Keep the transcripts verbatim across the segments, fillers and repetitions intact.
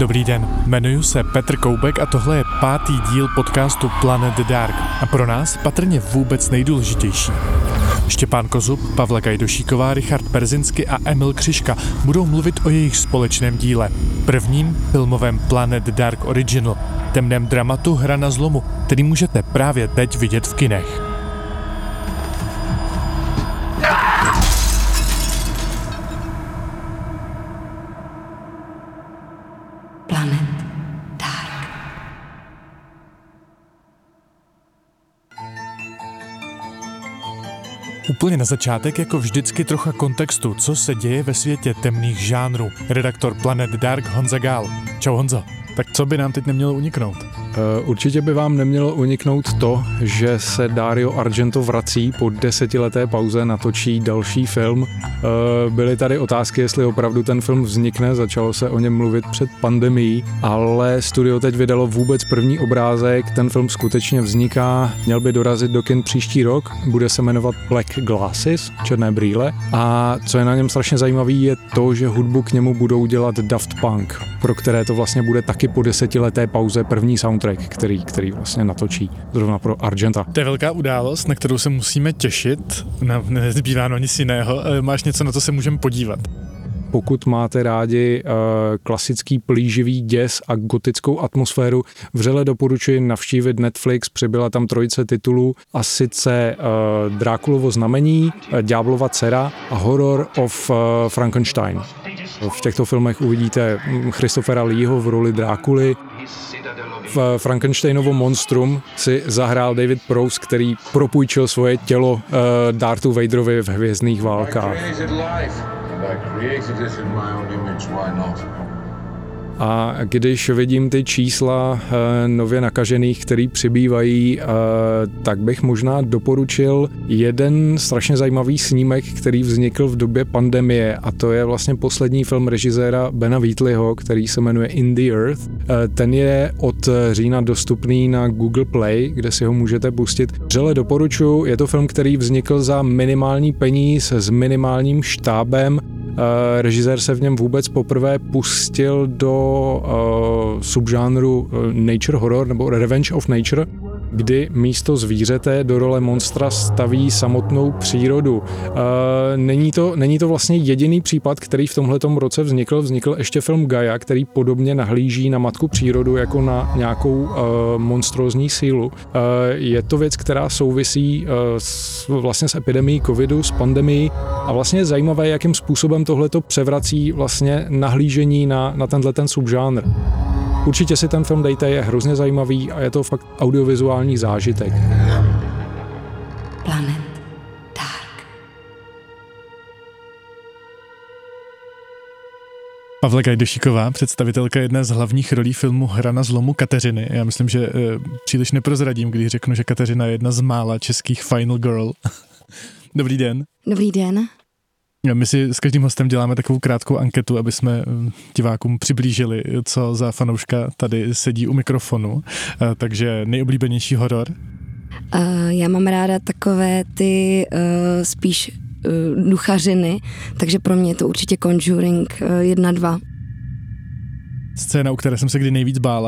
Dobrý den, jmenuji se Petr Koubek a tohle je pátý díl podcastu Planet Dark a pro nás patrně vůbec nejdůležitější. Štěpán Kozub, Pavla Gajdošíková, Richard Perzinsky a Emil Křižka budou mluvit o jejich společném díle. Prvním filmovém Planet Dark Original, temném dramatu Hra na zlomu, který můžete právě teď vidět v kinech. Úplně na začátek, jako vždycky, trocha kontextu, co se děje ve světě temných žánrů. Redaktor Planet Dark Honza Gál. Čau Honzo. Tak co by nám teď nemělo uniknout? Uh, určitě by vám nemělo uniknout to, že se Dario Argento vrací po desetileté pauze, natočí další film. Uh, byly tady otázky, jestli opravdu ten film vznikne, začalo se o něm mluvit před pandemií, ale studio teď vydalo vůbec první obrázek, ten film skutečně vzniká, měl by dorazit do kin příští rok, bude se jmenovat Black Glasses, černé brýle, a co je na něm strašně zajímavý je to, že hudbu k němu budou dělat Daft Punk, pro které to vlastně bude taky po desetileté pauze první soundtrack, který, který vlastně natočí zrovna pro Argenta. To je velká událost, na kterou se musíme těšit, no, nezbývá no nic jiného. Máš něco, na co se můžeme podívat? Pokud máte rádi uh, klasický plíživý děs a gotickou atmosféru, vřele doporučuji navštívit Netflix, přibyla tam trojice titulů a sice uh, Drákulovo znamení, uh, Ďáblova dcera a Horror of uh, Frankenstein. V těchto filmech uvidíte Christophera Leeho v roli Drákuly. V Frankensteinovo monstrum si zahrál David Prowse, který propůjčil svoje tělo uh, Darthu Vaderovi v Hvězdných válkách. A když vidím ty čísla e, nově nakažených, který přibývají, e, tak bych možná doporučil jeden strašně zajímavý snímek, který vznikl v době pandemie, a to je vlastně poslední film režiséra Bena Wheatleyho, který se jmenuje In the Earth. E, ten je od října dostupný na Google Play, kde si ho můžete pustit. Vřele doporučuji, je to film, který vznikl za minimální peníz s minimálním štábem. Uh, režisér se v něm vůbec poprvé pustil do uh, subžánru uh, nature horror nebo revenge of nature, kdy místo zvířete do role monstra staví samotnou přírodu. Uh, není to, není to vlastně jediný případ, který v tomhletom roce vznikl. Vznikl ještě film Gaia, který podobně nahlíží na matku přírodu jako na nějakou uh, monstrózní sílu. Uh, je to věc, která souvisí uh, s, vlastně s epidemií covidu, s pandemií, a vlastně je zajímavé, jakým způsobem tohleto převrací vlastně nahlížení na, na tenhle ten subžánr. Určitě si ten film dejte, je hrozně zajímavý a je to fakt audiovizuální zážitek. Planet Dark. Pavla Gajdošíková, představitelka jedné z hlavních rolí filmu Hra na zlomu Kateřiny. Já myslím, že e, příliš neprozradím, když řeknu, že Kateřina je jedna z mála českých Final Girl. Dobrý den. Dobrý den. My si s každým hostem děláme takovou krátkou anketu, aby jsme divákům přiblížili, co za fanouška tady sedí u mikrofonu. Takže nejoblíbenější horor? Uh, já mám ráda takové ty uh, spíš uh, duchařiny, takže pro mě je to určitě Conjuring uh, jedna dva. Scéna, u které jsem se kdy nejvíc bála?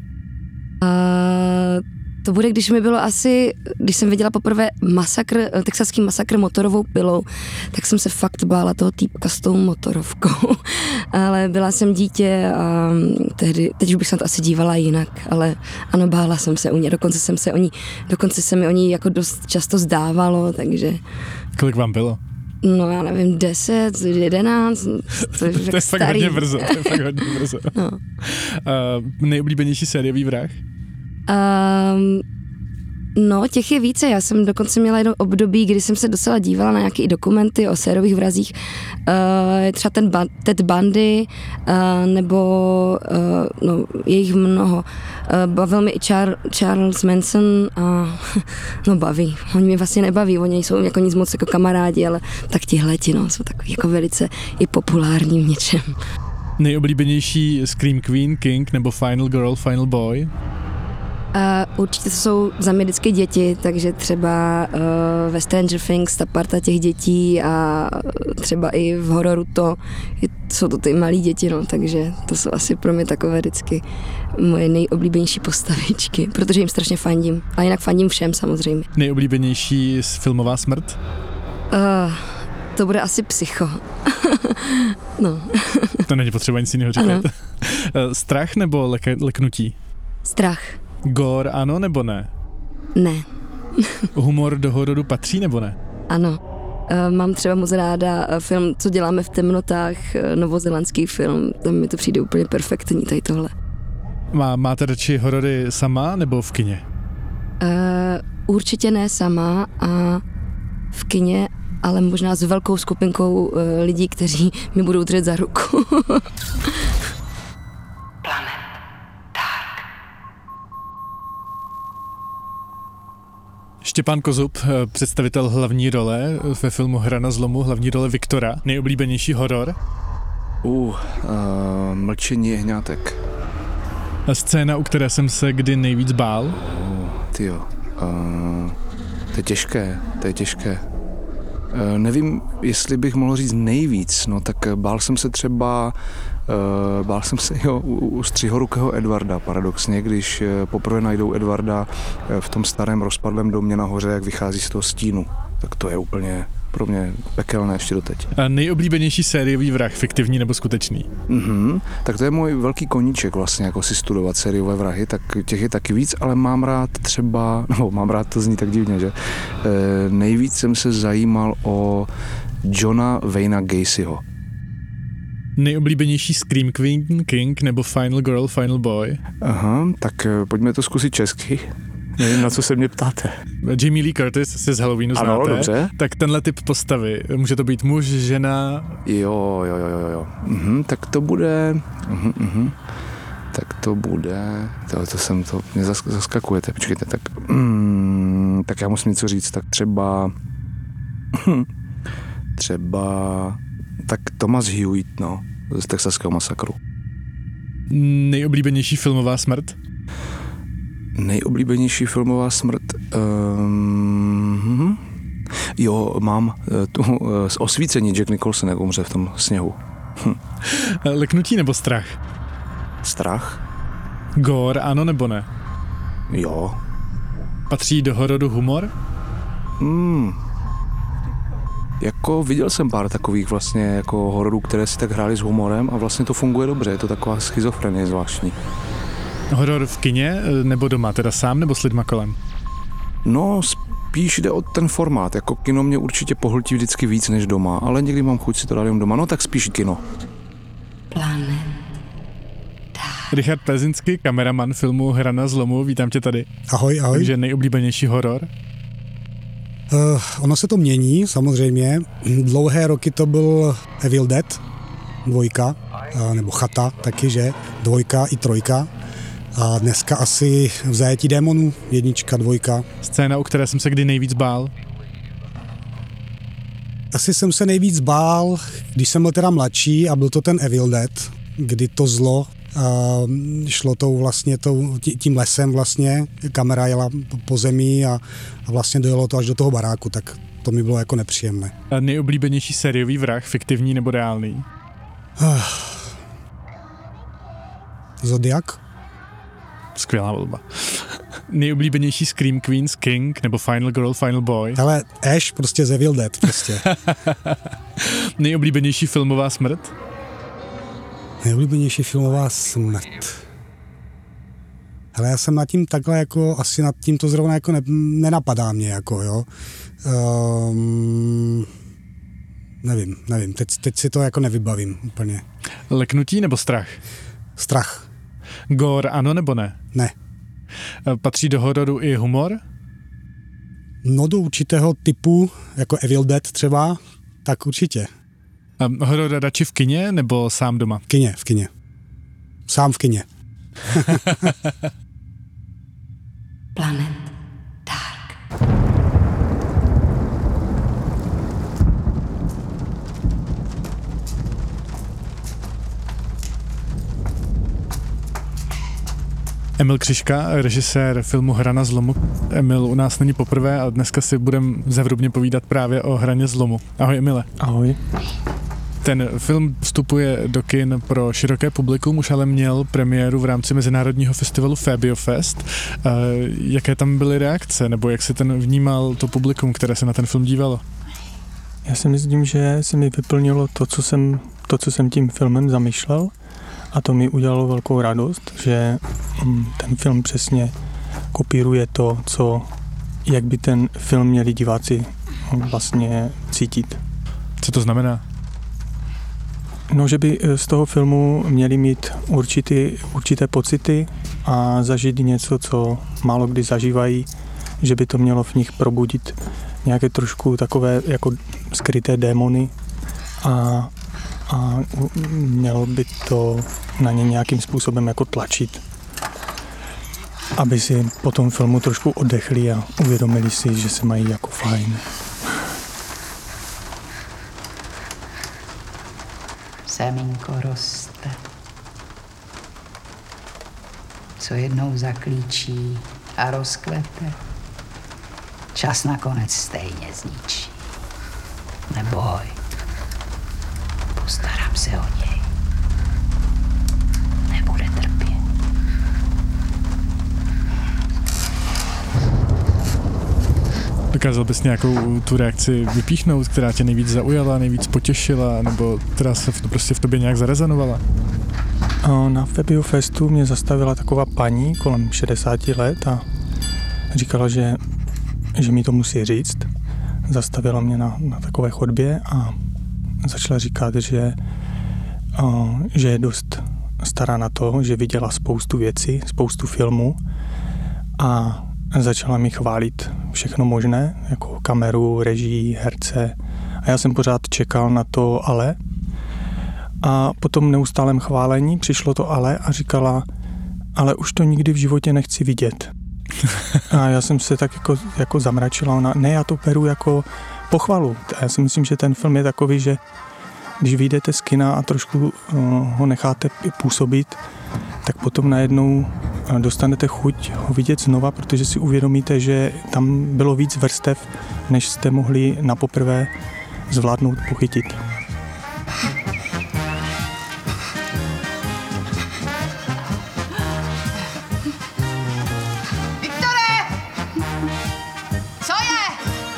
Uh, To bude, když mi bylo asi, když jsem viděla poprvé masakr, texaský masakr motorovou pilou, tak jsem se fakt bála toho týpka s tou motorovkou. Ale byla jsem dítě a tehdy, teď už bych se na to asi dívala jinak, ale ano, bála jsem se o ní, dokonce jsem se o ní, dokonce se mi o ní jako dost často zdávalo, takže... Kolik vám bylo? No já nevím, deset, jedenáct, to je, to je fakt hodně brzo, to je fakt hodně brzo. No. Uh, nejoblíbenější sériový vrah? Um, no, těch je více. Já jsem dokonce měla jedno období, kdy jsem se docela dívala na nějaké dokumenty o sérových vrazích. Uh, třeba ten ba- Ted Bundy, uh, nebo uh, no, je jich mnoho. Uh, bavil mi i Char- Charles Manson a no baví. Oni mě vlastně nebaví, oni jsou jako nic moc jako kamarádi, ale tak tihleti, no, jsou takový jako velice i populární v něčem. Nejoblíbenější Scream Queen, King nebo Final Girl, Final Boy? Uh, určitě to jsou za mě vždycky děti, takže třeba uh, ve Stranger Things ta parta těch dětí a třeba i v hororu to je, jsou to ty malí děti, no, takže to jsou asi pro mě takové vždycky moje nejoblíbenější postavičky, protože jim strašně fandím. A jinak fandím všem samozřejmě. Nejoblíbenější filmová smrt? Uh, to bude asi Psycho. No. To není potřeba nic jiného říkat. Strach nebo lek- leknutí? Strach. Gore ano nebo ne? Ne. Humor do hororu patří nebo ne? Ano. Uh, mám třeba moc ráda film, co děláme v temnotách, novozélandský film, tam mi to přijde úplně perfektní, tady tohle. Má, máte radši horory sama nebo v kině? Uh, určitě ne sama a v kině, ale možná s velkou skupinkou uh, lidí, kteří mi budou držet za ruku. Štěpán Kozub, představitel hlavní role ve filmu Hra na zlomu, hlavní role Viktora. Nejoblíbenější horor? Uh, uh Mlčení jehňátek. A scéna, u které jsem se kdy nejvíc bál? Uh, tyjo, uh, to je těžké, to je těžké. Uh, nevím, jestli bych mohl říct nejvíc, no tak bál jsem se třeba, uh, bál jsem se jo, u, u střihorukého Edvarda, paradoxně, když uh, poprvé najdou Edvarda uh, v tom starém rozpadlém domě nahoře, jak vychází z toho stínu. Tak to je úplně pro mě pekelné ještě doteď. A nejoblíbenější sériový vrah, fiktivní nebo skutečný? Mhm, tak to je můj velký koníček vlastně, jako si studovat sériové vrahy, tak těch je taky víc, ale mám rád třeba, no mám rád, to zní tak divně, že? E, nejvíc jsem se zajímal o Johna Wayna Gacyho. Nejoblíbenější Scream Queen, King nebo Final Girl, Final Boy? Aha, tak pojďme to zkusit česky. Nevím, na co se mě ptáte. Jamie Lee Curtis si z Halloweenu znáte. Ano, dobře. Tak tenhle typ postavy, může to být muž, žena? Jo, jo, jo, jo, jo. Mhm, tak to bude... Mhm, mhm. Tak to bude... To, to jsem to... Mě zaskakujete, počkejte, tak... Mm, tak já musím něco říct, tak třeba... třeba... Tak Thomas Hewitt, no, z Texaského masakru. Nejoblíbenější filmová smrt? Nejoblíbenější filmová smrt? Um, jo, mám tu z Osvícení Jack Nicholson, jak umře v tom sněhu. Hm. Leknutí nebo strach? Strach? Gore, ano nebo ne? Jo. Patří do hororu humor? Hmm. Jako viděl jsem pár takových vlastně jako hororů, které si tak hrály s humorem a vlastně to funguje dobře, je to taková schizofrenie zvláštní. Horor v kině nebo doma, teda sám nebo s lidma kolem? No, spíš jde o ten formát, jako kino mě určitě pohltí vždycky víc než doma, ale někdy mám chuť si to dát jen doma, no tak spíš kino. Planet. Richard Perzinsky, kameraman filmu Hra na zlomu, vítám tě tady. Ahoj, ahoj. Takže nejoblíbenější horor? Uh, ono se to mění, samozřejmě. Dlouhé roky to byl Evil Dead, dvojka, uh, nebo Chata taky, že? Dvojka i trojka. A dneska asi V zajetí démonů, jednička, dvojka. Scéna, u které jsem se kdy nejvíc bál? Asi jsem se nejvíc bál, když jsem byl teda mladší a byl to ten Evil Dead, kdy to zlo uh, šlo tou vlastně tou, tím lesem vlastně, kamera jela po zemi a, a vlastně dojelo to až do toho baráku, tak to mi bylo jako nepříjemné. A nejoblíbenější sériový vrah, fiktivní nebo reálný? Uh, Zodiak? Skvělá volba. Nejoblíbenější Scream Queens, King nebo Final Girl, Final Boy? Ale Ash prostě z Evil Dead prostě. Nejoblíbenější filmová smrt? Nejoblíbenější filmová smrt. Ale já jsem nad tím takhle jako, asi nad tím to zrovna jako ne, nenapadá mě jako, jo. Um, nevím, nevím, teď, teď si to jako nevybavím úplně. Leknutí nebo strach? Strach. Gore, ano nebo ne? Ne. Patří do hororu i humor? No do určitého typu, jako Evil Dead třeba, tak určitě. A horor radši v kině nebo sám doma? V kině, v kině. Sám v kině. Planet Dark. Emil Křižka, režisér filmu Hra na zlomu. Emil u nás není poprvé a dneska si budeme zevrubně povídat právě o Hraně zlomu. Ahoj Emile. Ahoj. Ten film vstupuje do kin pro široké publikum, už ale měl premiéru v rámci mezinárodního festivalu FabioFest. Jaké tam byly reakce, nebo jak si ten vnímal to publikum, které se na ten film dívalo? Já si myslím, že se mi vyplnilo to, co jsem, to, co jsem tím filmem zamýšlel, a to mi udělalo velkou radost, že ten film přesně kopíruje to, co, jak by ten film měli diváci vlastně cítit. Co to znamená? No, že by z toho filmu měli mít určitý, určité pocity a zažít něco, co málo kdy zažívají, že by to mělo v nich probudit nějaké trošku takové jako skryté démony a, a mělo by to na ně nějakým způsobem jako tlačit, aby si po tom filmu trošku oddechli a uvědomili si, že se mají jako fajn. Semínko roste, co jednou zaklíčí a rozkvete, čas nakonec stejně zničí. Neboj, postarám se o něj, nebude trpět. Dokázal bys nějakou tu reakci vypíchnout, která tě nejvíc zaujala, nejvíc potěšila, nebo která se v, prostě v tobě nějak zarezonovala? Na FabioFestu mě zastavila taková paní kolem šedesáti let a říkala, že, že mi to musí říct. Zastavila mě na, na takové chodbě a začala říkat, že, že je dost stará na to, že viděla spoustu věcí, spoustu filmů a začala mi chválit všechno možné, jako kameru, režii, herce. A já jsem pořád čekal na to ale. A po tom neustálém chválení přišlo to ale a říkala, ale už to nikdy v životě nechci vidět. A já jsem se tak jako, jako zamračila. Ona, ne, já to beru jako pochvalu. A já si myslím, že ten film je takový, že když vyjdete z kina a trošku uh, ho necháte působit, tak potom najednou dostanete chuť ho vidět znova, protože si uvědomíte, že tam bylo víc vrstev, než jste mohli napoprvé zvládnout pochytit. Viktore! Co je?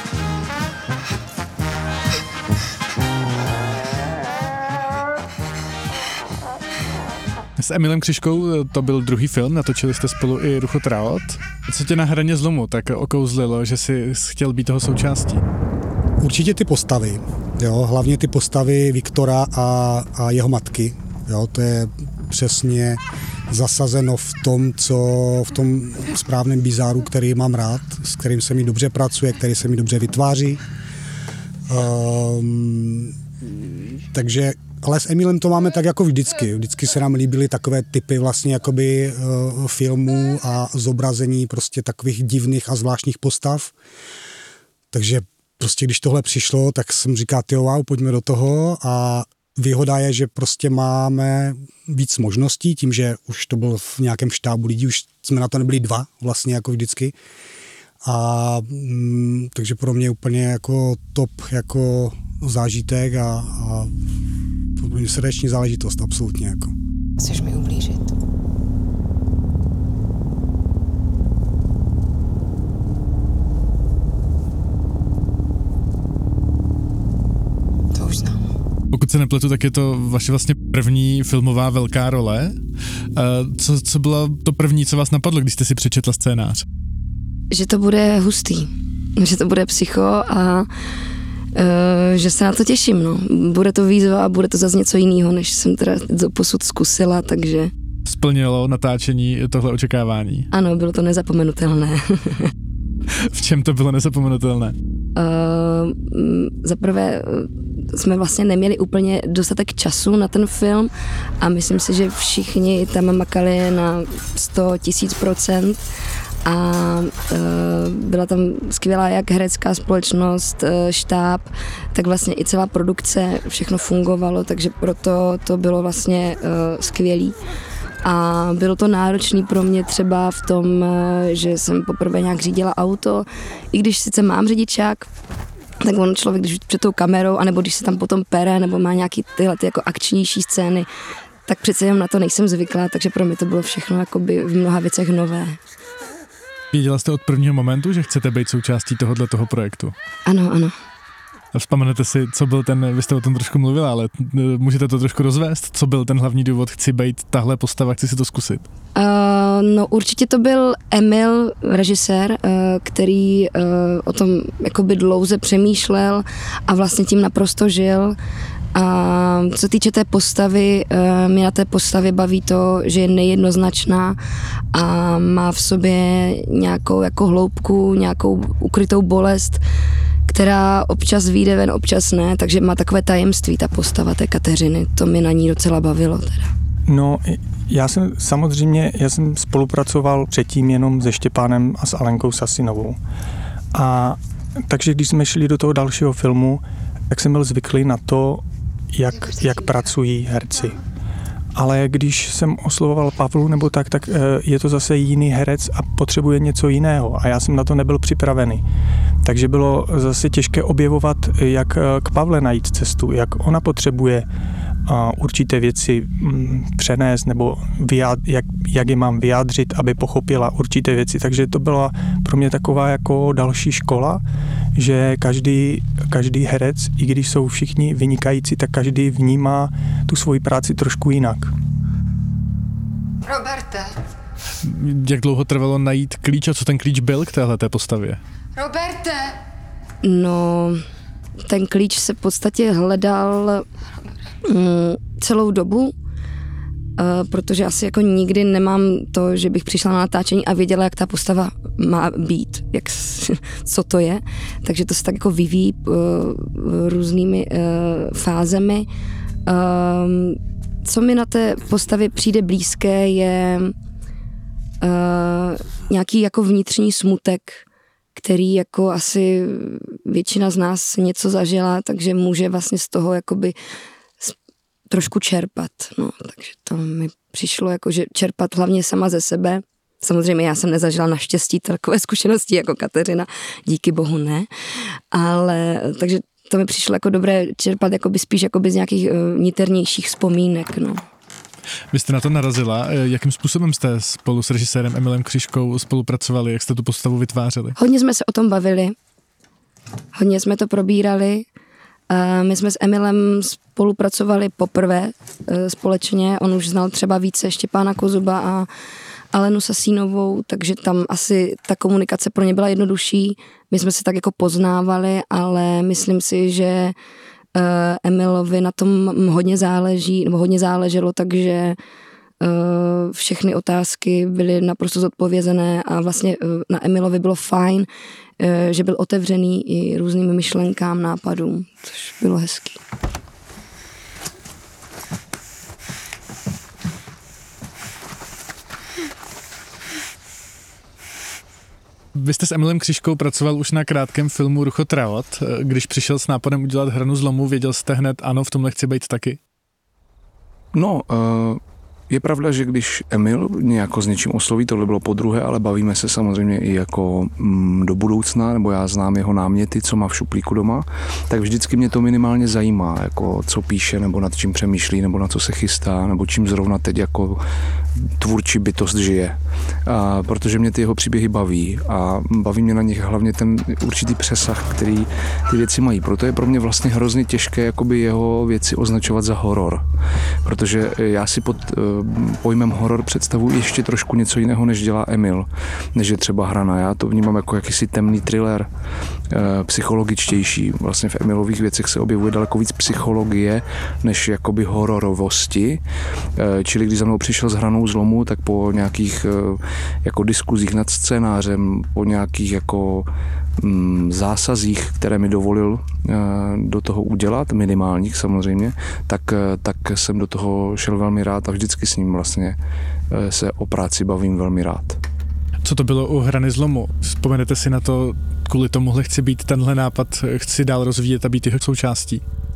S Emilem Křižkou to byl druhý film, natočili jste spolu i Ruchotraot. Co tě na Hraně zlomu tak okouzlilo, že jsi chtěl být toho součástí? Určitě ty postavy, jo, hlavně ty postavy Viktora a, a jeho matky. Jo, to je přesně zasazeno v tom, co v tom správném bizáru, který mám rád, s kterým se mi dobře pracuje, který se mi dobře vytváří. Um, takže ale s Emilem to máme tak jako vždycky. Vždycky se nám líbily takové typy vlastně jakoby uh, filmů a zobrazení prostě takových divných a zvláštních postav. Takže prostě když tohle přišlo, tak jsem říkal, jo, wow, pojďme do toho a výhoda je, že prostě máme víc možností, tím, že už to bylo v nějakém štábu lidí, už jsme na to nebyli dva vlastně jako vždycky. A mm, takže pro mě úplně jako top jako zážitek a, a srdeční záležitost, absolutně. Jako. Chceš mi ublížit? To už znám. Pokud se nepletu, tak je to vaše vlastně první filmová velká role. Co, co bylo to první, co vás napadlo, když jste si přečetla scénář? Že to bude hustý, že to bude psycho a Uh, že se na to těším, no. Bude to výzva a bude to zase něco jiného, než jsem teda doposud zkusila, takže... Splnilo natáčení tohle očekávání? Ano, bylo to nezapomenutelné. V čem to bylo nezapomenutelné? Uh, zaprvé jsme vlastně neměli úplně dostatek času na ten film a myslím si, že všichni tam makali na sto tisíc procent. A e, byla tam skvělá jak herecká společnost, e, štáb, tak vlastně i celá produkce, všechno fungovalo, takže proto to bylo vlastně e, skvělý. A bylo to náročné pro mě třeba v tom, že jsem poprvé nějak řídila auto, i když sice mám řidičák, tak on člověk, když před tou kamerou, anebo když se tam potom pere, nebo má nějaký tyhle ty jako akčnější scény, tak přece jenom na to nejsem zvyklá, takže pro mě to bylo všechno jakoby v mnoha věcech nové. Věděla jste od prvního momentu, že chcete být součástí tohohle toho projektu? Ano, ano. A vzpomenete si, co byl ten, vy jste o tom trošku mluvila, ale můžete to trošku rozvést? Co byl ten hlavní důvod, chci být tahle postava, chci si to zkusit? Uh, no určitě to byl Emil, režisér, uh, který uh, o tom jakoby dlouze přemýšlel a vlastně tím naprosto žil. A co týče té postavy, uh, mě na té postavě baví to, že je nejednoznačná a má v sobě nějakou jako hloubku, nějakou ukrytou bolest, která občas vyjde ven, občas ne, takže má takové tajemství ta postava té Kateřiny, to mě na ní docela bavilo teda. No, já jsem samozřejmě, já jsem spolupracoval předtím jenom se Štěpánem a s Alenkou Sasinovou. A takže když jsme šli do toho dalšího filmu, tak jsem byl zvyklý na to, jak, jak pracují herci. Ale když jsem oslovoval Pavlu nebo tak, tak je to zase jiný herec a potřebuje něco jiného a já jsem na to nebyl připravený. Takže bylo zase těžké objevovat, jak k Pavle najít cestu, jak ona potřebuje určité věci přenést nebo vyjad, jak, jak je mám vyjádřit, aby pochopila určité věci. Takže to byla pro mě taková jako další škola, že každý, každý herec, i když jsou všichni vynikající, tak každý vnímá tu svoji práci trošku jinak. Roberte, Jak dlouho trvalo najít klíč a co ten klíč byl k téhleté postavě? Roberte! No, ten klíč se v podstatě hledal mm, celou dobu, uh, protože asi jako nikdy nemám to, že bych přišla na natáčení a věděla, jak ta postava má být, jak, co to je. Takže to se tak jako vyvíjí uh, různými uh, fázemi. Um, co mi na té postavě přijde blízké, je uh, nějaký jako vnitřní smutek, který jako asi většina z nás něco zažila, takže může vlastně z toho jakoby trošku čerpat. No, takže to mi přišlo jako, že čerpat hlavně sama ze sebe. Samozřejmě já jsem nezažila naštěstí takové zkušenosti jako Kateřina, díky bohu ne, ale takže to mi přišlo jako dobré čerpat jakoby spíš jakoby z nějakých uh, niternějších vzpomínek, no. Vy jste na to narazila. Jakým způsobem jste spolu s režisérem Emilem Křižkou spolupracovali? Jak jste tu postavu vytvářeli? Hodně jsme se o tom bavili. Hodně jsme to probírali. My jsme s Emilem spolupracovali poprvé společně. On už znal třeba více Štěpána Kozuba a Alenu Sasínovou, takže tam asi ta komunikace pro ně byla jednodušší. My jsme se tak jako poznávali, ale myslím si, že Emilovi na tom hodně záleží, nebo hodně záleželo, takže všechny otázky byly naprosto zodpovězené a vlastně na Emilovi bylo fajn, že byl otevřený i různým myšlenkám, nápadům, což bylo hezký. Vy jste s Emilem Křižkou pracoval už na krátkém filmu Rucho Traot. Když přišel s nápadem udělat Hranu zlomu, věděl jste hned, ano, v tomhle chci být taky? No, uh... je pravda, že když Emil nějak s něčím osloví, tohle bylo podruhé, ale bavíme se samozřejmě i jako mm, do budoucna, nebo já znám jeho náměty, co má v šuplíku doma, tak vždycky mě to minimálně zajímá, jako co píše, nebo nad čím přemýšlí, nebo na co se chystá, nebo čím zrovna teď jako tvůrčí bytost žije. A protože mě ty jeho příběhy baví a baví mě na nich hlavně ten určitý přesah, který ty věci mají. Proto je pro mě vlastně hrozně těžké jakoby jeho věci označovat za horor. Protože já si pod pojmem horor představuji ještě trošku něco jiného, než dělá Emil, než je třeba Hrana. Já to vnímám jako jakýsi temný thriller, psychologičtější. Vlastně v Emilových věcech se objevuje daleko víc psychologie, než jakoby hororovosti. Čili když za mnou přišel s Hranou zlomu, tak po nějakých jako diskuzích nad scénářem, po nějakých jako zásazích, které mi dovolil do toho udělat, minimálních samozřejmě, tak, tak jsem do toho šel velmi rád a vždycky s ním vlastně se o práci bavím velmi rád. Co to bylo u Hrany zlomu? Vzpomenete si na to, kvůli tomuhle chci být tenhle nápad, chci dál rozvíjet a být jeho součástí?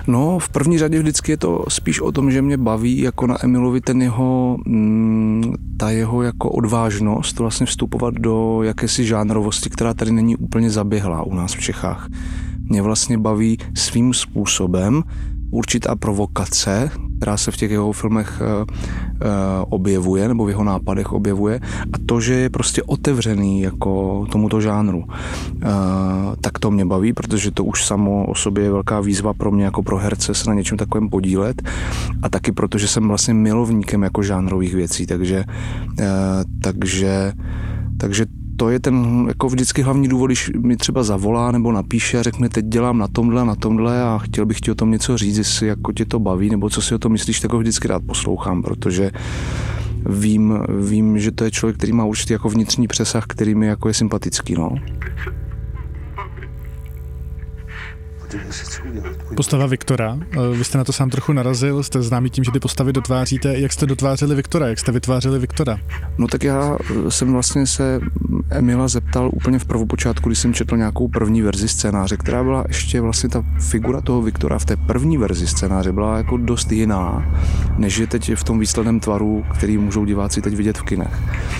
No, v první řadě vždycky je to spíš o tom, že mě baví jako na Emilovi ten jeho, mm, ta jeho jako odvážnost vlastně vstupovat do jakési žánrovosti, která tady není úplně zaběhlá u nás v Čechách. Mě vlastně baví svým způsobem určitá provokace, která se v těch jeho filmech e, e, objevuje, nebo v jeho nápadech objevuje, a to, že je prostě otevřený jako tomuto žánru. E, tak to mě baví, protože to už samo o sobě je velká výzva pro mě jako pro herce se na něčem takovém podílet, a taky proto, že jsem vlastně milovníkem jako žánrových věcí, takže e, takže takže to je ten jako vždycky hlavní důvod, když mi třeba zavolá nebo napíše a řekne, teď dělám na tomhle, na tomhle a chtěl bych ti o tom něco říct, jestli jako tě to baví, nebo co si o tom myslíš, tak ho vždycky rád poslouchám, protože vím, vím, že to je člověk, který má určitý jako vnitřní přesah, který mi jako je sympatický, no. Postava Viktora, vy jste na to sám trochu narazil, jste známý tím, že ty postavy dotváříte. Jak jste dotvářeli Viktora, jak jste vytvářeli Viktora? No tak já jsem vlastně se Emila zeptal úplně v prvopočátku, když jsem četl nějakou první verzi scénáře, která byla ještě vlastně ta figura toho Viktora v té první verzi scénáře byla jako dost jiná, než je teď v tom výsledném tvaru, který můžou diváci teď vidět v kinech.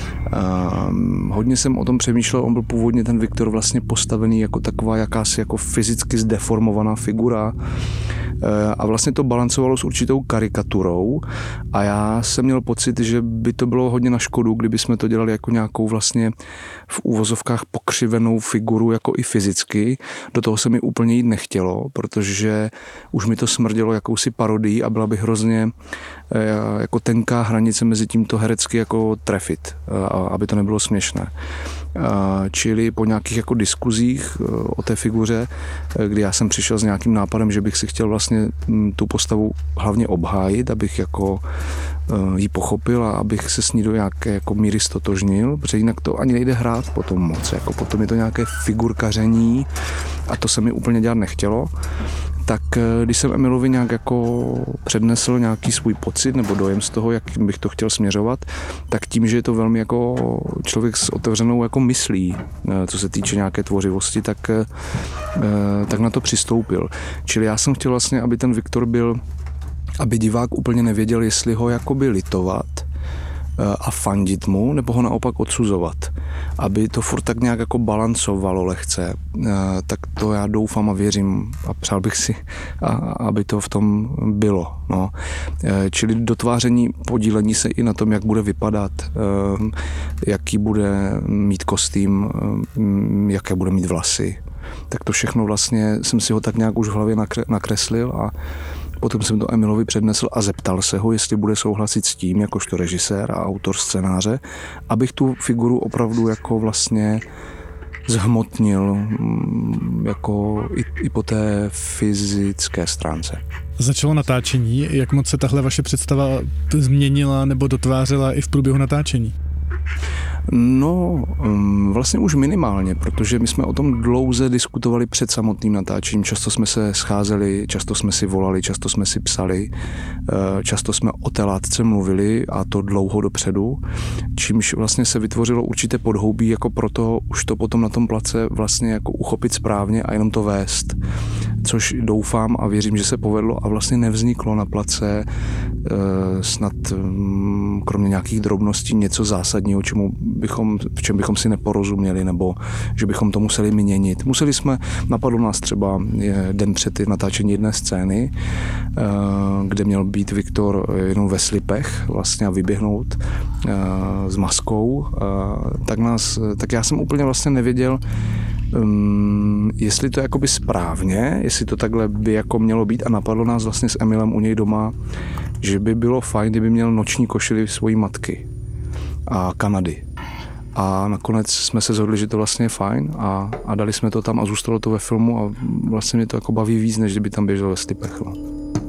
Um, hodně jsem o tom přemýšlel, on byl původně ten Viktor vlastně postavený jako taková jakási jako fyzicky zdeformovaná figura uh, a vlastně to balancovalo s určitou karikaturou a já jsem měl pocit, že by to bylo hodně na škodu, kdyby jsme to dělali jako nějakou vlastně v úvozovkách pokřivenou figuru jako i fyzicky. Do toho se mi úplně jít nechtělo, protože už mi to smrdělo jakousi parodii a byla by hrozně uh, jako tenká hranice mezi tímto herecky jako trefit, uh, aby to nebylo směšné. Čili po nějakých jako diskuzích o té figuře, kdy já jsem přišel s nějakým nápadem, že bych si chtěl vlastně tu postavu hlavně obhájit, abych jako ji pochopil a abych se s ní do nějaké jako míry stotožnil, protože jinak to ani nejde hrát potom moc, jako potom je to nějaké figurkaření a to se mi úplně dělat nechtělo. Tak když jsem Emilovi nějak jako přednesl nějaký svůj pocit nebo dojem z toho, jak bych to chtěl směřovat, tak tím, že je to velmi jako člověk s otevřenou jako myslí, co se týče nějaké tvořivosti, tak, tak na to přistoupil. Čili já jsem chtěl vlastně, aby ten Viktor byl, aby divák úplně nevěděl, jestli ho jakoby litovat a fandit mu, nebo ho naopak odsuzovat. Aby to furt tak nějak jako balancovalo lehce, tak to já doufám a věřím a přál bych si, aby to v tom bylo. No. Čili dotváření, podílení se i na tom, jak bude vypadat, jaký bude mít kostým, jaké bude mít vlasy. Tak to všechno vlastně jsem si ho tak nějak už v hlavě nakreslil a potom jsem to Emilovi přednesl a zeptal se ho, jestli bude souhlasit s tím, jakožto režisér a autor scénáře, abych tu figuru opravdu jako vlastně zhmotnil jako i, i po té fyzické stránce. Začalo natáčení, jak moc se tahle vaše představa změnila nebo dotvářela i v průběhu natáčení? No, vlastně už minimálně, protože my jsme o tom dlouze diskutovali před samotným natáčením. Často jsme se scházeli, často jsme si volali, často jsme si psali, často jsme o té látce mluvili a to dlouho dopředu, čímž vlastně se vytvořilo určité podhoubí jako proto už to potom na tom place vlastně jako uchopit správně a jenom to vést. Což doufám a věřím, že se povedlo a vlastně nevzniklo na place snad kromě nějakých drobností něco zásadního, čemu bychom, v čem bychom si neporozuměli nebo že bychom to museli měnit. Museli jsme, napadlo nás třeba den před natáčení jedné scény, kde měl být Viktor jenom ve slipech vlastně a vyběhnout s maskou, tak, nás, tak já jsem úplně vlastně nevěděl, Um, jestli to je jakoby správně, jestli to takhle by jako mělo být a napadlo nás vlastně s Emilem u něj doma, že by bylo fajn, kdyby měl noční košili svojí matky a Kanady. A nakonec jsme se shodli, že to vlastně je fajn a, a dali jsme to tam a zůstalo to ve filmu a vlastně mě to jako baví víc, než kdyby tam běžel ve slipech. No.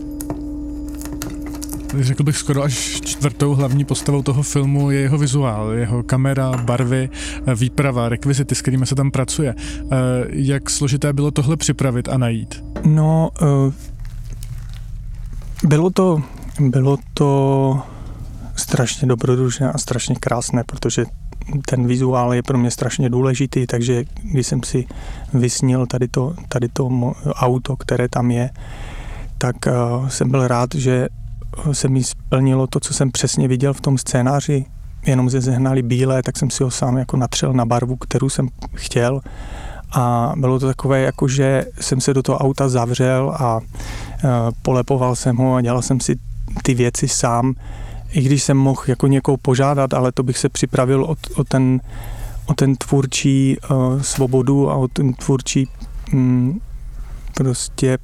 Řekl bych skoro až čtvrtou hlavní postavou toho filmu je jeho vizuál, jeho kamera, barvy, výprava, rekvizity, s kterými se tam pracuje. Jak složité bylo tohle připravit a najít? No, bylo to, bylo to strašně dobrodružné a strašně krásné, protože ten vizuál je pro mě strašně důležitý, takže když jsem si vysnil tady to, tady to auto, které tam je, tak uh, jsem byl rád, že se mi splnilo to, co jsem přesně viděl v tom scénáři. Jenom ze zehnali bílé, tak jsem si ho sám jako natřel na barvu, kterou jsem chtěl. A bylo to takové, jako že jsem se do toho auta zavřel a uh, polepoval jsem ho a dělal jsem si ty věci sám, i když jsem mohl jako někoho požádat, ale to bych se připravil o, o, ten, o ten tvůrčí uh, svobodu a o ten tvůrčí um, prostě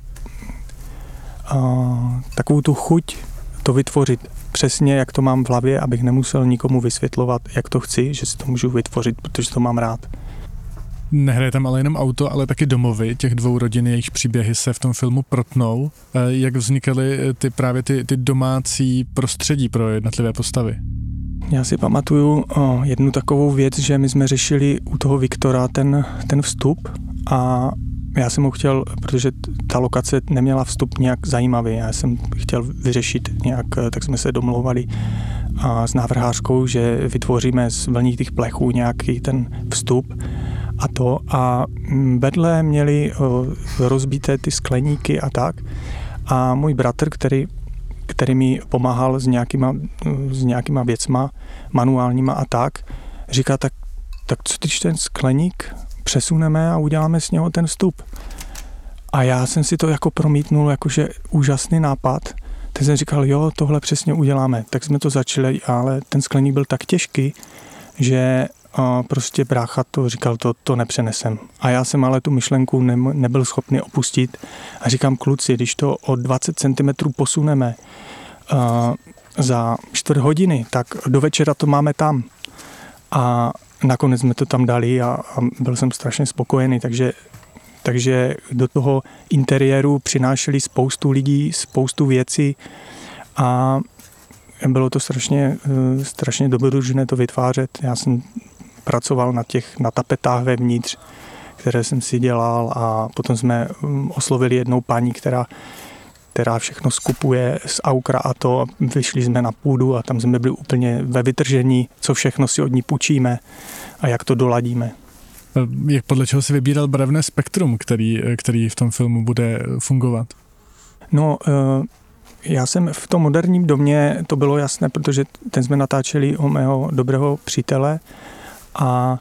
uh, takovou tu chuť to vytvořit přesně, jak to mám v hlavě, abych nemusel nikomu vysvětlovat, jak to chci, že si to můžu vytvořit, protože to mám rád. Nehraje tam ale jenom auto, ale taky domovy těch dvou rodin, jejichž příběhy se v tom filmu protnou. Jak vznikaly ty právě ty, ty domácí prostředí pro jednotlivé postavy? Já si pamatuju o, jednu takovou věc, že my jsme řešili u toho Viktora ten, ten vstup a já jsem ho chtěl, protože ta lokace neměla vstup nějak zajímavý, já jsem chtěl vyřešit nějak, tak jsme se domlouvali a s návrhářkou, že vytvoříme z vlnitých plechů nějaký ten vstup a to a vedle měli rozbité ty skleníky a tak a můj bratr, který, který mi pomáhal s nějakýma, s nějakýma věcma, manuálníma a tak, říká, tak, tak co když ten skleník přesuneme a uděláme z něho ten vstup. A já jsem si to jako promítnul, jakože úžasný nápad. Teď jsem říkal, jo, tohle přesně uděláme. Tak jsme to začali, ale ten skleník byl tak těžký, že a prostě brácha to říkal, to, to nepřenesem. A já jsem ale tu myšlenku ne, nebyl schopný opustit. A říkám, kluci, když to o dvacet centimetrů posuneme a, za čtvrt hodiny, tak do večera to máme tam. A nakonec jsme to tam dali a, a byl jsem strašně spokojený, takže, takže do toho interiéru přinášeli spoustu lidí, spoustu věcí a bylo to strašně, strašně dobrodružné to vytvářet. Já jsem pracoval na těch, na tapetách vevnitř, které jsem si dělal a potom jsme oslovili jednou paní, která, která všechno skupuje z Aukra a to. Vyšli jsme na půdu a tam jsme byli úplně ve vytržení, co všechno si od ní půjčíme a jak to doladíme. Jak podle čeho si vybíral barevné spektrum, který, který v tom filmu bude fungovat? No, já jsem v tom moderním domě, to bylo jasné, protože ten jsme natáčeli o mého dobrého přítele a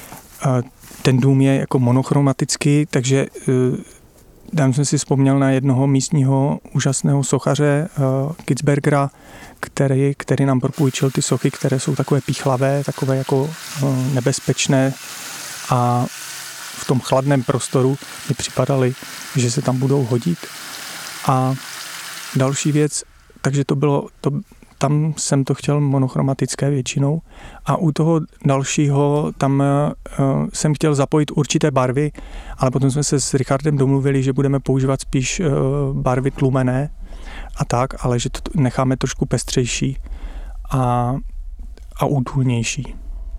ten dům je jako monochromatický, takže tam jsem si vzpomněl na jednoho místního úžasného sochaře Kitzbergera, který, který nám propůjčil ty sochy, které jsou takové píchlavé, takové jako nebezpečné a v tom chladném prostoru mi připadaly, že se tam budou hodit. A další věc, takže to bylo, to, tam jsem to chtěl monochromatické většinou a u toho dalšího tam uh, jsem chtěl zapojit určité barvy, ale potom jsme se s Richardem domluvili, že budeme používat spíš uh, barvy tlumené a tak, ale že to necháme trošku pestřejší a, a útulnější.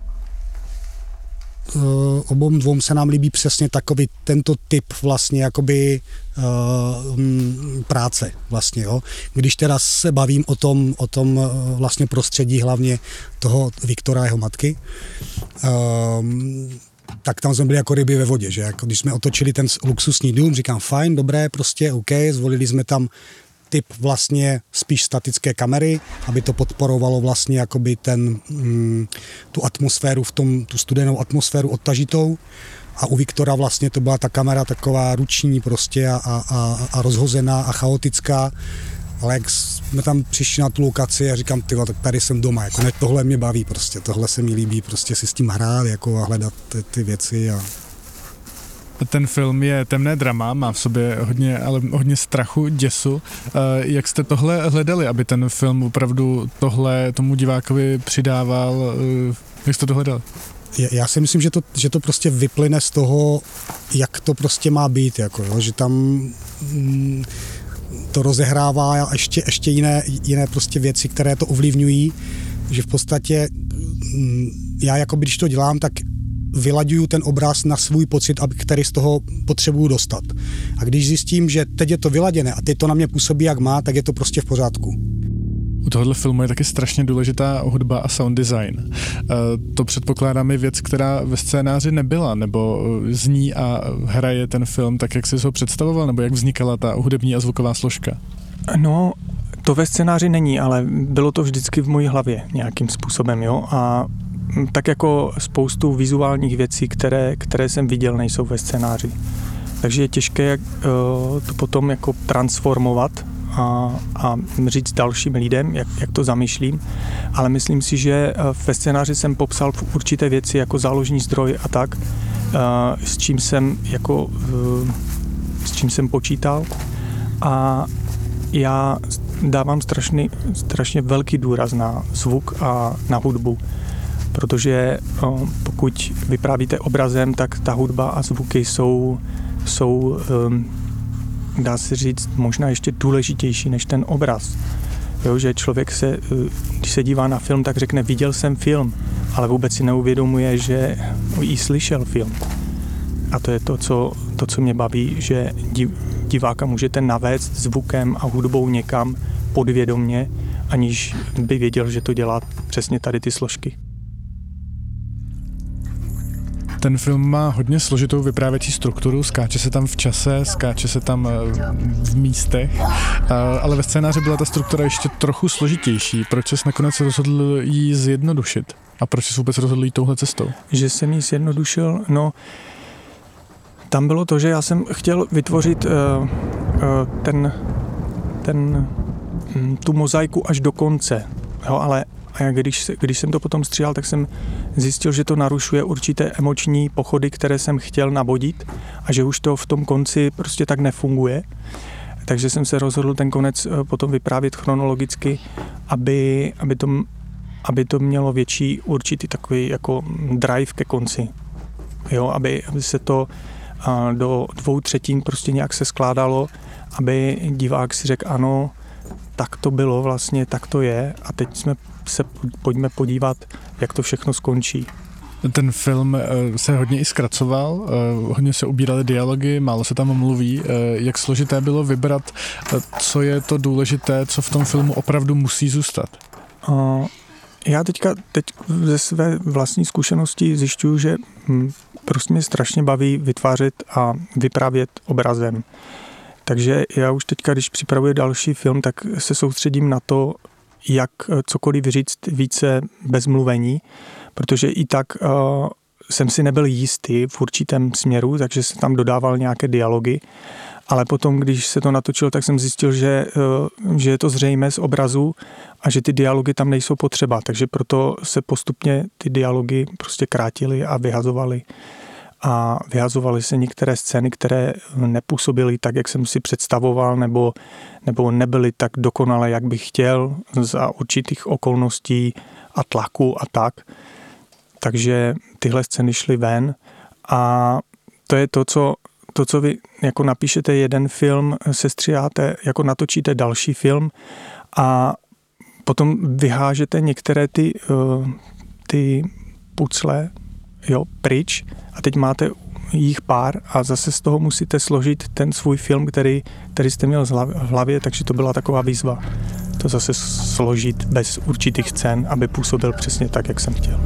Uh, obou dvou se nám líbí přesně takový tento typ vlastně jakoby uh, práce vlastně, jo. Když teda se bavím o tom, o tom uh, vlastně prostředí hlavně toho Viktora a jeho matky, uh, tak tam jsme byli jako ryby ve vodě, že jako když jsme otočili ten luxusní dům, říkám fajn, dobré, prostě OK, zvolili jsme tam typ vlastně spíš statické kamery, aby to podporovalo vlastně jakoby ten, mm, tu atmosféru v tom, tu studenou atmosféru odtažitou a u Viktora vlastně to byla ta kamera taková ruční prostě a, a, a rozhozená a chaotická, ale jak jsme tam přišli na tu lokaci a říkám, tyva, tak tady jsem doma, jako ne, tohle mě baví prostě, tohle se mi líbí prostě si s tím hrát jako a hledat ty, ty věci a ten film je temné drama, má v sobě hodně, ale hodně strachu, děsu. Jak jste tohle hledali, aby ten film opravdu tohle tomu divákovi přidával? Jak jste to hledali? Já si myslím, že to, že to prostě vyplyne z toho, jak to prostě má být, jako, jo, že tam mm, to rozehrává a ještě, ještě jiné, jiné prostě věci, které to ovlivňují, že v podstatě mm, já jako když to dělám, tak vylaďuju ten obraz na svůj pocit, který z toho potřebuju dostat. A když zjistím, že teď je to vyladěné a teď to na mě působí jak má, tak je to prostě v pořádku. U tohohle filmu je taky strašně důležitá hudba a sound design. To předpokládám je věc, která ve scénáři nebyla, nebo zní a hraje ten film tak, jak jsi ho představoval, nebo jak vznikala ta hudební a zvuková složka? No, to ve scénáři není, ale bylo to vždycky v mojí hlavě nějakým způsobem, jo, a tak jako spoustu vizuálních věcí, které, které jsem viděl, nejsou ve scénáři. Takže je těžké uh, to potom jako transformovat a, a říct dalším lidem, jak, jak to zamýšlím, ale myslím si, že ve scénáři jsem popsal určité věci jako záložní zdroj a tak, uh, s čím jsem jako uh, s čím jsem počítal, a já dávám strašný, strašně velký důraz na zvuk a na hudbu, protože uh, pokud vyprávíte obrazem, tak ta hudba a zvuky jsou, jsou um, dá se říct, možná ještě důležitější než ten obraz. Jo, že člověk se, když se dívá na film, tak řekne, viděl jsem film, ale vůbec si neuvědomuje, že i slyšel film. A to je to, co, to, co mě baví, že diváka můžete navést zvukem a hudbou někam podvědomně, aniž by věděl, že to dělá přesně tady ty složky. Ten film má hodně složitou vyprávěcí strukturu, skáče se tam v čase, skáče se tam v místech, ale ve scénáři byla ta struktura ještě trochu složitější. Proč jsi nakonec rozhodl jí zjednodušit? A proč jsi vůbec rozhodl jít touhle cestou? Že jsem ji zjednodušil? No, tam bylo to, že já jsem chtěl vytvořit uh, uh, ten, ten, um, tu mozaiku až do konce, jo, ale když, když jsem to potom stříhal, tak jsem zjistil, že to narušuje určité emoční pochody, které jsem chtěl navodit, a že už to v tom konci prostě tak nefunguje. Takže jsem se rozhodl ten konec potom vyprávět chronologicky, aby, aby, to, aby to mělo větší určitý takový jako drive ke konci. Jo, aby, aby se to do dvou třetin prostě nějak se skládalo, aby divák si řekl, ano, tak to bylo vlastně, tak to je, a teď jsme se pojďme podívat, jak to všechno skončí. Ten film se hodně i zkracoval, hodně se ubíraly dialogy, málo se tam mluví. Jak složité bylo vybrat, co je to důležité, co v tom filmu opravdu musí zůstat? Já teďka teď ze své vlastní zkušenosti zjišťuju, že prostě mě strašně baví vytvářet a vyprávět obrazem. Takže já už teďka, když připravuji další film, tak se soustředím na to, jak cokoliv říct více bez mluvení, protože i tak uh, jsem si nebyl jistý v určitém směru, takže jsem tam dodával nějaké dialogy, ale potom, když se to natočilo, tak jsem zjistil, že, uh, že je to zřejmé z obrazu a že ty dialogy tam nejsou potřeba, takže proto se postupně ty dialogy prostě krátily a vyhazovaly. A vyhazovaly se některé scény, které nepůsobily tak, jak jsem si představoval, nebo, nebo nebyly tak dokonalé, jak bych chtěl, za určitých okolností a tlaku a tak. Takže tyhle scény šly ven, a to je to, co, to, co vy jako napíšete jeden film, sestříháte, jako natočíte další film a potom vyhážete některé ty, ty pucle, jo, pryč, a teď máte jich pár a zase z toho musíte složit ten svůj film, který, který jste měl v hlavě, takže to byla taková výzva. To zase složit bez určitých scén, aby působil přesně tak, jak jsem chtěl.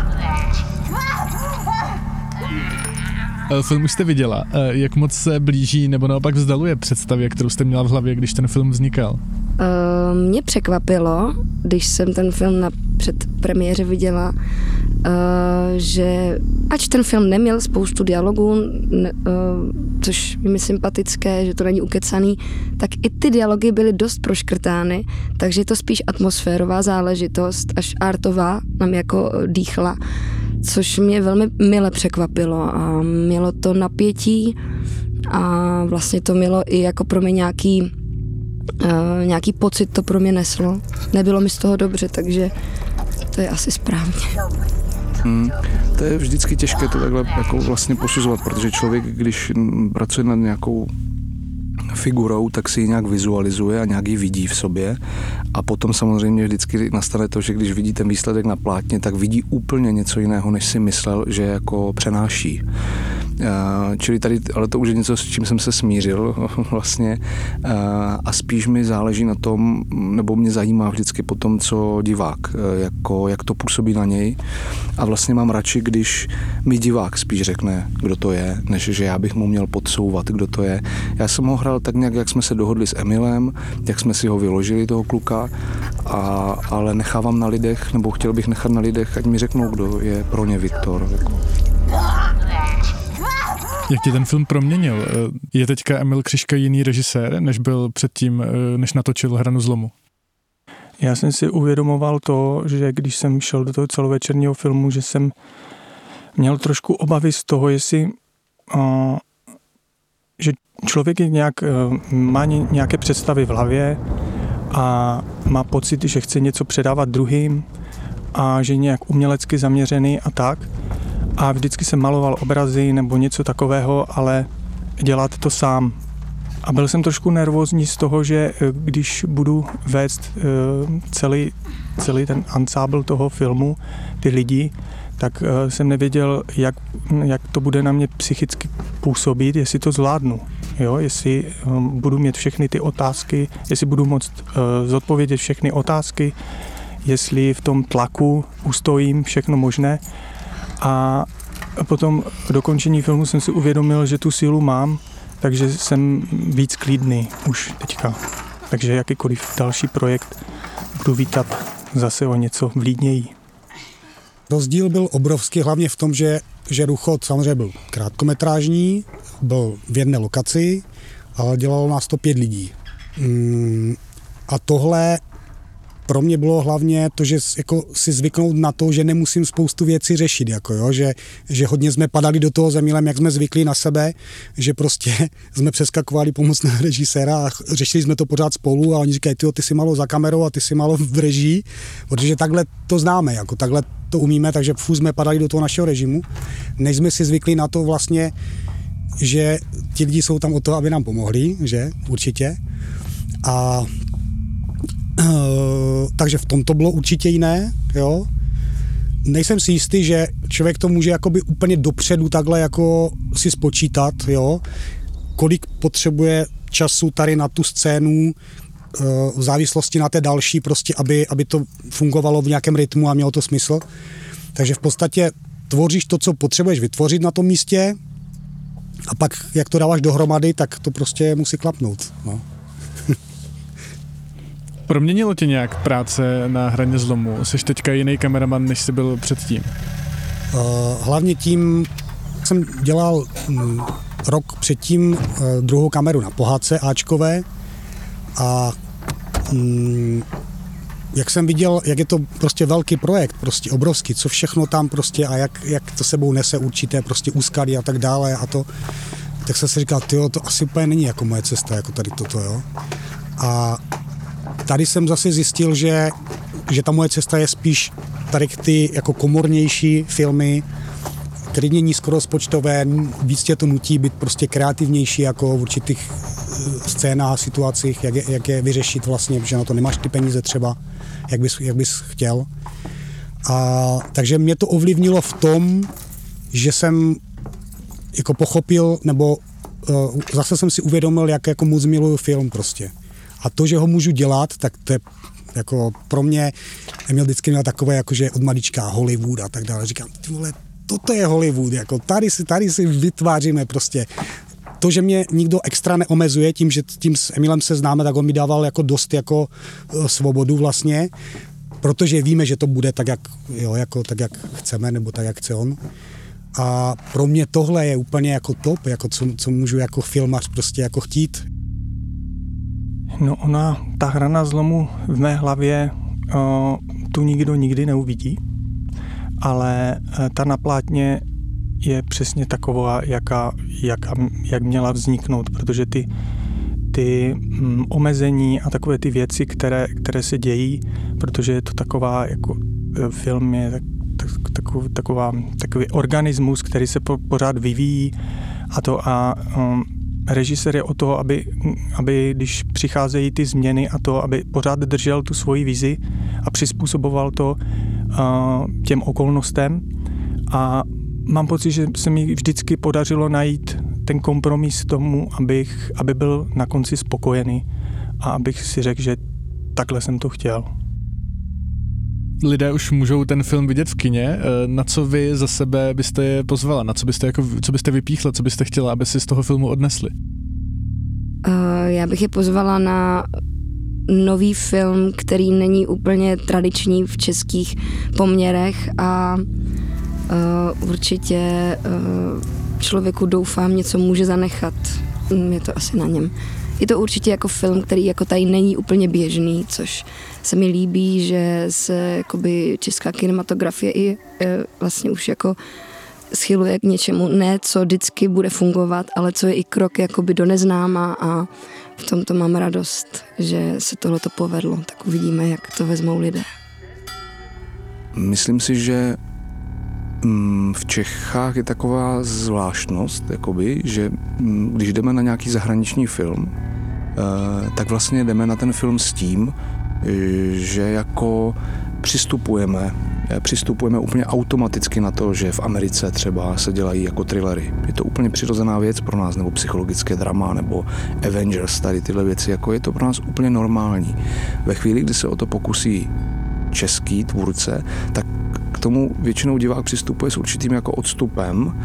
Film už jste viděla. Jak moc se blíží nebo naopak vzdaluje představě, kterou jste měla v hlavě, když ten film vznikal? Uh, mě překvapilo, když jsem ten film na předpremiéře viděla, uh, že ač ten film neměl spoustu dialogů, ne, uh, což je mi sympatické, že to není ukecaný, tak i ty dialogy byly dost proškrtány, takže je to spíš atmosférová záležitost, až artová nám jako dýchla, což mě velmi mile překvapilo a mělo to napětí a vlastně to mělo i jako pro mě nějaký Uh, nějaký pocit to pro mě neslo. Nebylo mi z toho dobře, takže to je asi správně. Hmm, to je vždycky těžké to takhle jako vlastně posuzovat, protože člověk, když pracuje nad nějakou figurou, tak si ji nějak vizualizuje a nějak ji vidí v sobě, a potom samozřejmě vždycky nastane to, že když vidí ten výsledek na plátně, tak vidí úplně něco jiného, než si myslel, že jako přenáší. Čili tady, ale to už je něco, s čím jsem se smířil vlastně a spíš mi záleží na tom, nebo mě zajímá vždycky potom, co divák, jako, jak to působí na něj a vlastně mám radši, když mi divák spíš řekne, kdo to je, než že já bych mu měl podsouvat, kdo to je. Já jsem ho hrál tak nějak, jak jsme se dohodli s Emilem, jak jsme si ho vyložili, toho kluka, a, ale nechávám na lidech, nebo chtěl bych nechat na lidech, ať mi řeknou, kdo je pro ně Viktor. Jako. Jak tě ten film proměnil? Je teďka Emil Křižka jiný režisér, než byl předtím, než natočil Hranu zlomu? Já jsem si uvědomoval to, že když jsem šel do toho celovečerního filmu, že jsem měl trošku obavy z toho, jestli uh, že člověk je nějak, uh, má nějaké představy v hlavě a má pocit, že chce něco předávat druhým a že je nějak umělecky zaměřený a tak. A vždycky jsem maloval obrazy nebo něco takového, ale dělat to sám. A byl jsem trošku nervózní z toho, že když budu vést celý, celý ten ansábl toho filmu, ty lidi, tak jsem nevěděl, jak, jak to bude na mě psychicky působit, jestli to zvládnu. Jo, jestli budu mít všechny ty otázky, jestli budu moct zodpovědět všechny otázky, jestli v tom tlaku ustojím všechno možné. A potom v dokončení filmu jsem si uvědomil, že tu sílu mám, takže jsem víc klidný už teďka. Takže jakýkoliv další projekt budu vítat zase o něco vlídněji. Rozdíl byl obrovský hlavně v tom, že, že Ruchot samozřejmě byl krátkometrážní, byl v jedné lokaci, ale dělalo nás to pět lidí. Mm, a tohle pro mě bylo hlavně to, že jako si zvyknout na to, že nemusím spoustu věcí řešit, jako jo, že, že hodně jsme padali do toho s Emilem, jak jsme zvykli na sebe, že prostě jsme přeskakovali pomocného režiséra a řešili jsme to pořád spolu a oni říkají, tyjo, ty jsi malo za kamerou a ty jsi malo v režii, protože takhle to známe, jako takhle to umíme, takže furt jsme padali do toho našeho režimu, než jsme si zvykli na to vlastně, že ti lidi jsou tam o to, aby nám pomohli, že určitě. A Uh, takže v tom to bylo určitě jiné, jo. Nejsem si jistý, že člověk to může jakoby úplně dopředu takhle jako si spočítat, jo. Kolik potřebuje času tady na tu scénu uh, v závislosti na té další, prostě, aby, aby to fungovalo v nějakém rytmu a mělo to smysl. Takže v podstatě tvoříš to, co potřebuješ vytvořit na tom místě a pak, jak to dáváš dohromady, tak to prostě musí klapnout, no. Proměnilo tě nějak práce na Hraně zlomu? Jsi teďka jiný kameraman, než jsi byl předtím? Uh, hlavně tím jsem dělal um, rok předtím uh, druhou kameru na pohádce áčkové a um, jak jsem viděl, jak je to prostě velký projekt, prostě obrovský, co všechno tam prostě a jak, jak to sebou nese určité prostě úskalí a tak dále a to, tak jsem si říkal, tyjo, to asi úplně není jako moje cesta, jako tady toto, jo. A tady jsem zase zjistil, že, že ta moje cesta je spíš tady ty jako komornější filmy, klidně nízkorozpočtové, víc tě to nutí být prostě kreativnější jako v určitých scénách, situacích, jak je, jak je vyřešit vlastně, protože na to nemáš ty peníze třeba, jak bys, jak bys chtěl. A, takže mě to ovlivnilo v tom, že jsem jako pochopil, nebo uh, zase jsem si uvědomil, jak jako moc miluju film prostě. A to, že ho můžu dělat, tak to je jako pro mě, Emil vždycky měl takové, jakože od malička Hollywood a tak dále. Říkám, ty vole, toto je Hollywood, jako tady si, tady si vytváříme prostě. To, že mě nikdo extra neomezuje, tím, že tím s Emilem se známe, tak on mi dával jako dost jako svobodu vlastně, protože víme, že to bude tak, jak, jo, jako, tak, jak chceme, nebo tak, jak chce on. A pro mě tohle je úplně jako top, jako co, co můžu jako filmař prostě jako chtít. No ona, ta Hrana zlomu v mé hlavě o, tu nikdo nikdy neuvidí, ale ta na plátně je přesně taková, jaká, jaká, jak měla vzniknout, protože ty, ty mm, omezení a takové ty věci, které, které se dějí, protože je to taková, jako film je tak, tak, taková, taková, takový organismus, který se po, pořád vyvíjí a to a um, režisér je o toho, aby, aby když přicházejí ty změny a to, aby pořád držel tu svoji vizi a přizpůsoboval to uh, těm okolnostem a mám pocit, že se mi vždycky podařilo najít ten kompromis tomu, abych, aby byl na konci spokojený a abych si řekl, že takhle jsem to chtěl. Lidé už můžou ten film vidět v kině. Na co vy za sebe byste je pozvala? Na co byste, jako, co byste vypíchla? Co byste chtěla, aby si z toho filmu odnesli? Uh, já bych je pozvala na nový film, který není úplně tradiční v českých poměrech a uh, určitě uh, člověku doufám něco může zanechat. Je to asi na něm. Je to určitě jako film, který jako tady není úplně běžný, což se mi líbí, že se jakoby česká kinematografie i e, vlastně už jako schyluje k něčemu, ne co vždycky bude fungovat, ale co je i krok jakoby do neznáma a v tomto mám radost, že se tohleto povedlo, tak uvidíme, jak to vezmou lidé. Myslím si, že v Čechách je taková zvláštnost, jakoby, že když jdeme na nějaký zahraniční film, tak vlastně jdeme na ten film s tím, že jako přistupujeme, přistupujeme úplně automaticky na to, že v Americe třeba se dělají jako thrillery. Je to úplně přirozená věc pro nás, nebo psychologické drama, nebo Avengers, tady tyhle věci, jako je to pro nás úplně normální. Ve chvíli, kdy se o to pokusí český tvůrce, tak k tomu většinou divák přistupuje s určitým jako odstupem. Uh,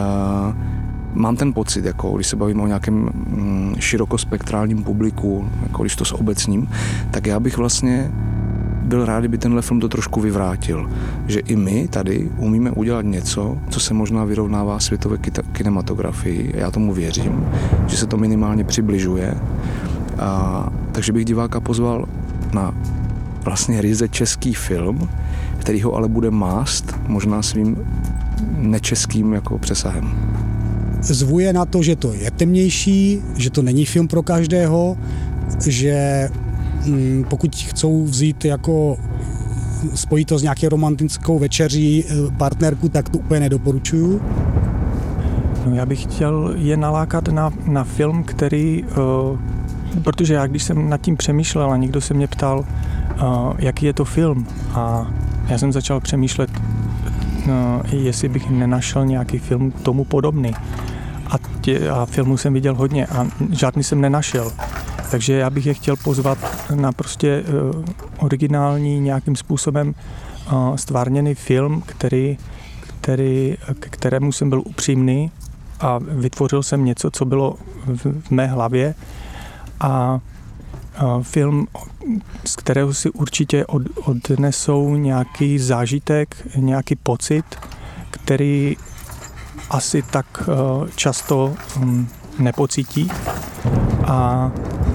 mám ten pocit, jako když se bavíme o nějakém mm, širokospektrálním publiku, jako když to s obecním, tak já bych vlastně byl rád, kdyby tenhle film to trošku vyvrátil. Že i my tady umíme udělat něco, co se možná vyrovnává světové kinematografii. Já tomu věřím, že se to minimálně přibližuje. A, takže bych diváka pozval na vlastně ryze český film, který ho ale bude mást možná svým nečeským jako přesahem. Zvuje na to, že to je temnější, že to není film pro každého, že hm, pokud chcou vzít jako spojit to s nějakou romantickou večeří partnerku, tak to úplně nedoporučuju. No, já bych chtěl je nalákat na, na film, který, uh, protože já když jsem nad tím přemýšlel a někdo se mě ptal, uh, jaký je to film, a já jsem začal přemýšlet, uh, jestli bych nenašel nějaký film tomu podobný. A, tě, a filmů jsem viděl hodně a žádný jsem nenašel. Takže já bych je chtěl pozvat na prostě uh, originální nějakým způsobem uh, stvárněný film, který, který, k kterému jsem byl upřímný a vytvořil jsem něco, co bylo v, v mé hlavě. A uh, film, z kterého si určitě od, odnesou nějaký zážitek, nějaký pocit, který asi tak uh, často um, nepocítí. A,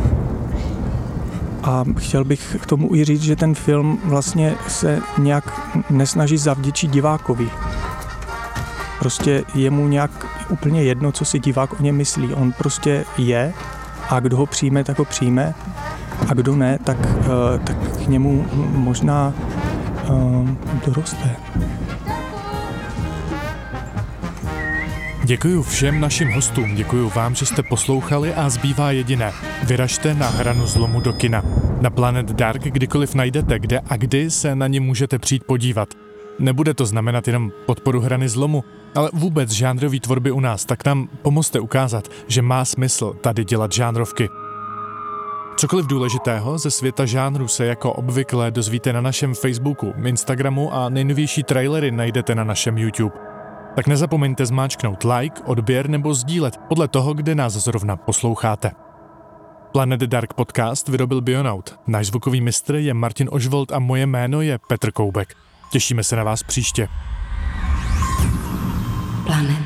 a chtěl bych k tomu i říct, že ten film vlastně se nějak nesnaží zavděčit divákovi. Prostě je mu nějak úplně jedno, co si divák o něm myslí. On prostě je a kdo ho přijme, tak ho přijme. A kdo ne, tak, uh, tak k němu možná uh, doroste. Děkuji všem našim hostům, děkuji vám, že jste poslouchali a zbývá jediné. Vyražte na Hranu zlomu do kina. Na Planet Dark kdykoliv najdete, kde a kdy se na ně můžete přijít podívat. Nebude to znamenat jenom podporu Hrany zlomu, ale vůbec žánrový tvorby u nás, tak nám pomozte ukázat, že má smysl tady dělat žánrovky. Cokoliv důležitého ze světa žánru se jako obvykle dozvíte na našem Facebooku, Instagramu a nejnovější trailery najdete na našem YouTube. Tak nezapomeňte zmáčknout like, odběr nebo sdílet podle toho, kde nás zrovna posloucháte. Planet Dark podcast vyrobil Bionaut. Náš zvukový mistr je Martin Ožvold a moje jméno je Petr Koubek. Těšíme se na vás příště. Planet